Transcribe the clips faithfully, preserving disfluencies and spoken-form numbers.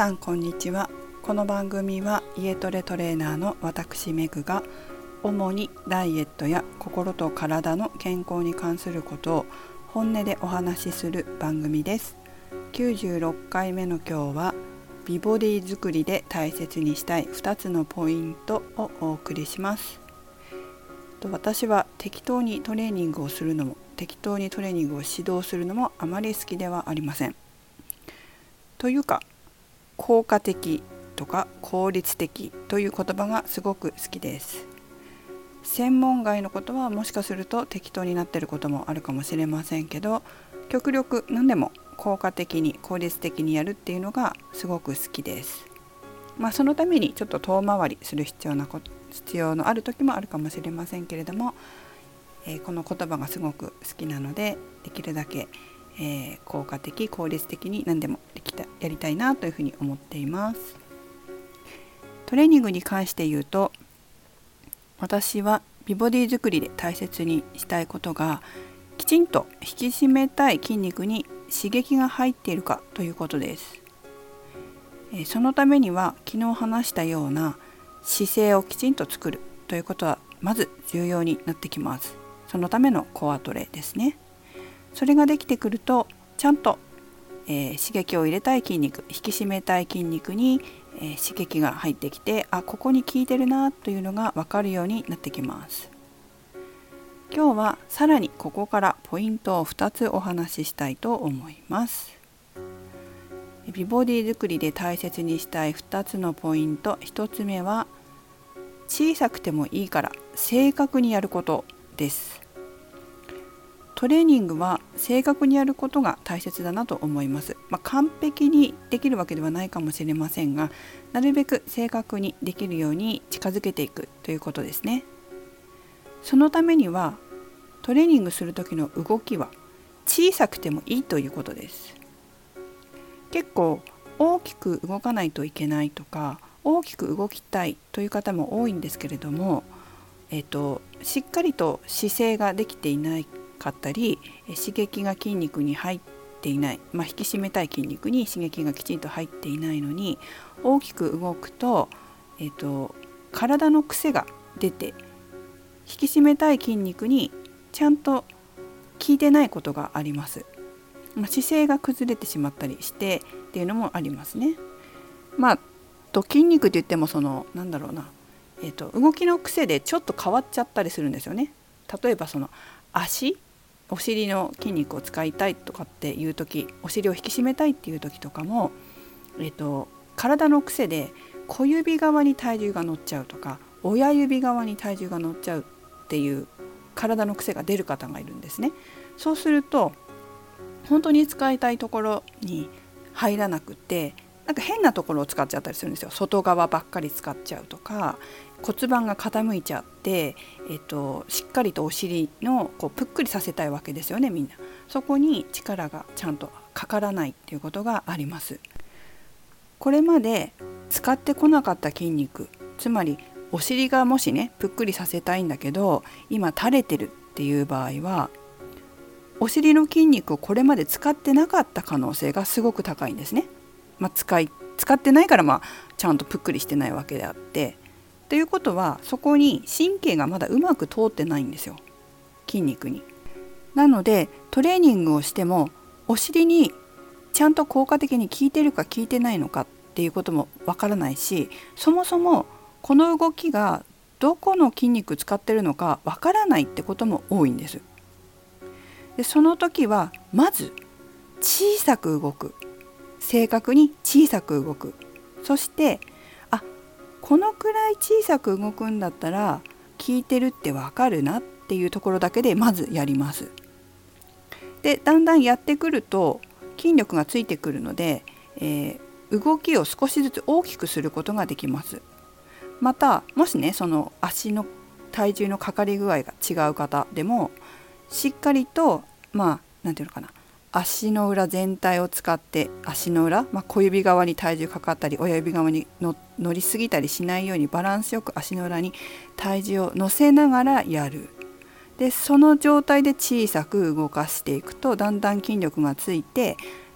さんこんにちは。この番組は家トレトレーナーの私メグが主にダイエットや心と体の健康に関することを本音でお話しする番組です。きゅうじゅうろっかいめの今日は美ボディ作りで大切にしたいふたつのポイントをお送りします。私は適当にトレーニングをするのも適当にトレーニングを指導するのもあまり好きではありません。というか効果的とか効率的という言葉がすごく好きです。専門外のことはもしかすると適当になっていることもあるかもしれませんけど、極力何でも効果的に効率的にやるっていうのがすごく好きです。まあそのためにちょっと遠回りする必要なこと必要のある時もあるかもしれませんけれども、えー、この言葉がすごく好きなのでできるだけえー、効果的効率的に何でもできたやりたいなというふうに思っています。トレーニングに関して言うと、私は美ボディ作りで大切にしたいことがきちんと引き締めたい筋肉に刺激が入っているかということです。えー、そのためには昨日話したような姿勢をきちんと作るということはまず重要になってきます。そのためのコアトレですね。それができてくるとちゃんと、えー、刺激を入れたい筋肉引き締めたい筋肉に、えー、刺激が入ってきて、あ、ここに効いてるなというのが分かるようになってきます。今日はさらにここからポイントをふたつお話ししたいと思います。美ボディ作りで大切にしたいふたつのポイント、ひとつめは小さくてもいいから正確にやることです。トレーニングは正確にやることが大切だなと思います。まあ、完璧にできるわけではないかもしれませんが、なるべく正確にできるように近づけていくということですね。そのためにはトレーニングする時の動きは小さくてもいいということです。結構大きく動かないといけないとか大きく動きたいという方も多いんですけれども、えっと、しっかりと姿勢ができていないかったり刺激が筋肉に入っていない、まあ、引き締めたい筋肉に刺激がきちんと入っていないのに大きく動くと、えっと、体の癖が出て引き締めたい筋肉にちゃんと効いてないことがあります。まあ、姿勢が崩れてしまったりしてっていうのもありますね。まあと筋肉といってもそのなんだろうな、えっと、動きの癖でちょっと変わっちゃったりするんですよね。例えばその足お尻の筋肉を使いたいとかっていう時、お尻を引き締めたいっていう時とかも、えっと、体の癖で小指側に体重が乗っちゃうとか親指側に体重が乗っちゃうっていう体の癖が出る方がいるんですね。そうすると本当に使いたいところに入らなくて、なんか変なところを使っちゃったりするんですよ。外側ばっかり使っちゃうとか骨盤が傾いちゃって、えっと、しっかりとお尻のこうぷっくりさせたいわけですよね。みんなそこに力がちゃんとかからないっていうことがあります。これまで使ってこなかった筋肉、つまりお尻がもしねぷっくりさせたいんだけど今垂れてるっていう場合はお尻の筋肉をこれまで使ってなかった可能性がすごく高いんですね。まあ、使い使ってないから、まあ、ちゃんとぷっくりしてないわけであって、ということはそこに神経がまだうまく通ってないんですよ、筋肉に。なのでトレーニングをしてもお尻にちゃんと効果的に効いてるか効いてないのかっていうこともわからないし、そもそもこの動きがどこの筋肉使ってるのかわからないってことも多いんです。でその時はまず小さく動く、正確に小さく動く、そしてあこのくらい小さく動くんだったら効いてるってわかるなっていうところだけでまずやります。でだんだんやってくると筋力がついてくるので、えー、動きを少しずつ大きくすることができます。またもしねその足の体重のかかり具合が違う方でもしっかりとまあなんていうのかな、足の裏全体を使って足の裏、まあ、小指側に体重かかったり親指側にの乗りすぎたりしないようにバランスよく足の裏に体重を乗せながらやる。でその状態で小さく動かしていくとだんだん筋力がついて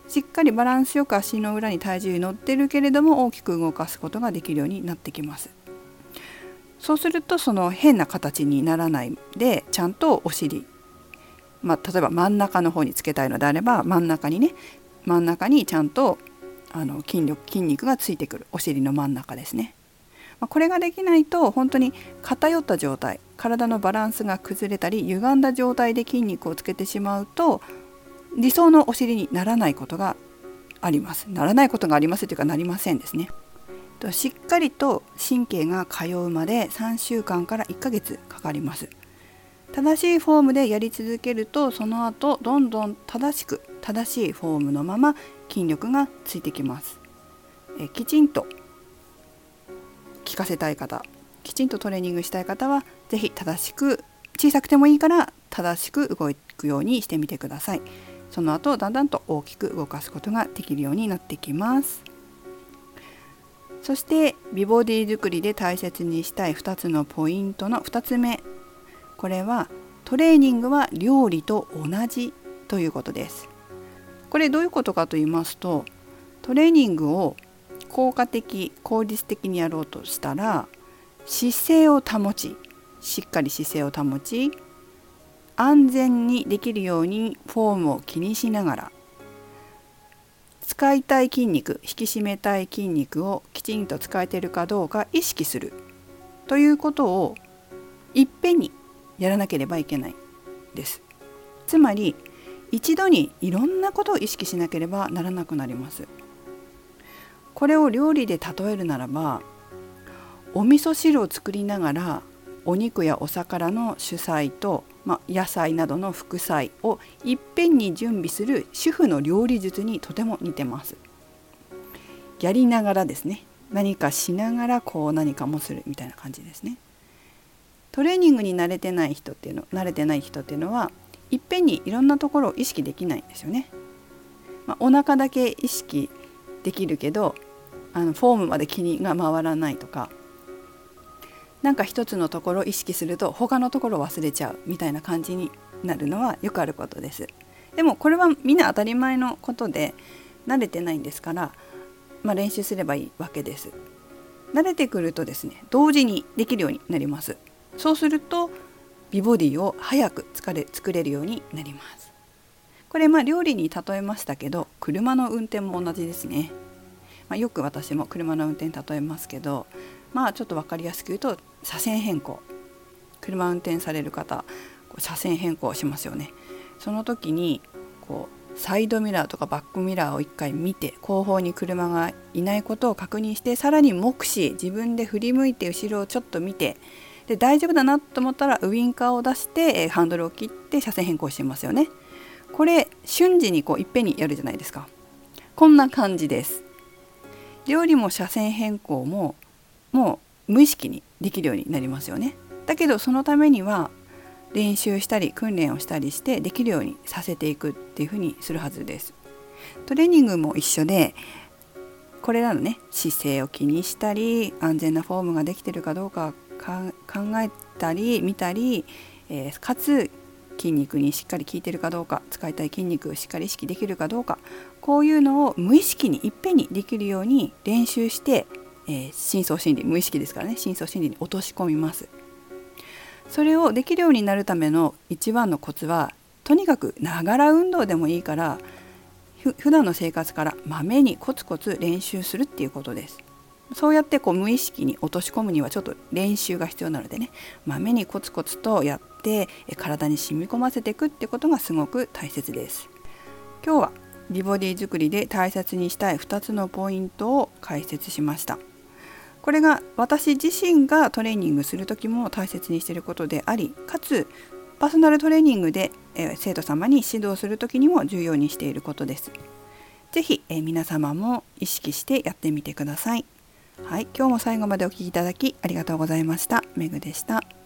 しっかりバランスよく足の裏に体重乗ってるけれども大きく動かすことができるようになってきます。そうするとその変な形にならないでちゃんとお尻、まあ、例えば真ん中の方につけたいのであれば真ん中にね真ん中にちゃんとあの筋力筋肉がついてくるお尻の真ん中ですね。まあ、これができないと本当に偏った状態、体のバランスが崩れたり歪んだ状態で筋肉をつけてしまうと理想のお尻にならないことがあります。ならないことがありますというかなりませんですね。しっかりと神経が通うまでさんしゅうかんからいっかげつかかります。正しいフォームでやり続けるとその後どんどん正しく正しいフォームのまま筋力がついてきます。えきちんと効かせたい方、きちんとトレーニングしたい方はぜひ正しく、小さくてもいいから正しく動くようにしてみてください。その後だんだんと大きく動かすことができるようになってきます。そして美ボディ作りで大切にしたいふたつのポイントのふたつめ、これはトレーニングは料理と同じということです。これどういうことかと言いますと、トレーニングを効果的効率的にやろうとしたら姿勢を保ちしっかり姿勢を保ち安全にできるようにフォームを気にしながら使いたい筋肉、引き締めたい筋肉をきちんと使えているかどうか意識するということをいっぺんにやらなければいけないです。つまり一度にいろんなことを意識しなければならなくなります。これを料理で例えるならば、お味噌汁を作りながらお肉やお魚の主菜と、まあ、野菜などの副菜をいっぺんに準備する主婦の料理術にとても似てます。やりながらですね、何かしながらこう何かもするみたいな感じですね。トレーニングに慣れてない人っていうの慣れてない人っていうのはいっぺんにいろんなところを意識できないんですよね。まあ、お腹だけ意識できるけどあのフォームまで気にが回らないとか、なんか一つのところを意識すると他のところを忘れちゃうみたいな感じになるのはよくあることです。でもこれはみんな当たり前のことで慣れてないんですから、まあ、練習すればいいわけです。慣れてくるとですね、同時にできるようになります。そうすると美ボディを早く作れ、作れるようになります。これまあ料理に例えましたけど車の運転も同じですね。まあ、よく私も車の運転例えますけど、まあちょっと分かりやすく言うと車線変更、車運転される方車線変更しますよね。その時にこうサイドミラーとかバックミラーを一回見て後方に車がいないことを確認して、さらに目視自分で振り向いて後ろをちょっと見て、で大丈夫だなと思ったらウインカーを出してハンドルを切って車線変更してますよね。これ瞬時にこういっぺんにやるじゃないですか。こんな感じです。料理も車線変更ももう無意識にできるようになりますよね。だけどそのためには練習したり訓練をしたりしてできるようにさせていくっていうふうにするはずです。トレーニングも一緒で、これらのね姿勢を気にしたり安全なフォームができているかどうかか考えたり見たり、えー、かつ筋肉にしっかり効いているかどうか、使いたい筋肉をしっかり意識できるかどうか、こういうのを無意識にいっぺんにできるように練習して、えー、深層心理、無意識ですからね、深層心理に落とし込みます。それをできるようになるための一番のコツは、とにかくながら運動でもいいからふ普段の生活からまめにコツコツ練習するっていうことです。そうやってこう無意識に落とし込むにはちょっと練習が必要なのでね、まめにコツコツとやって体に染み込ませていくってことがすごく大切です。今日は美ボディ作りで大切にしたいふたつのポイントを解説しました。これが私自身がトレーニングする時も大切にしていることであり、かつパーソナルトレーニングで生徒様に指導する時にも重要にしていることです。ぜひ皆様も意識してやってみてください。はい、今日も最後までお聞きいただきありがとうございました。めぐでした。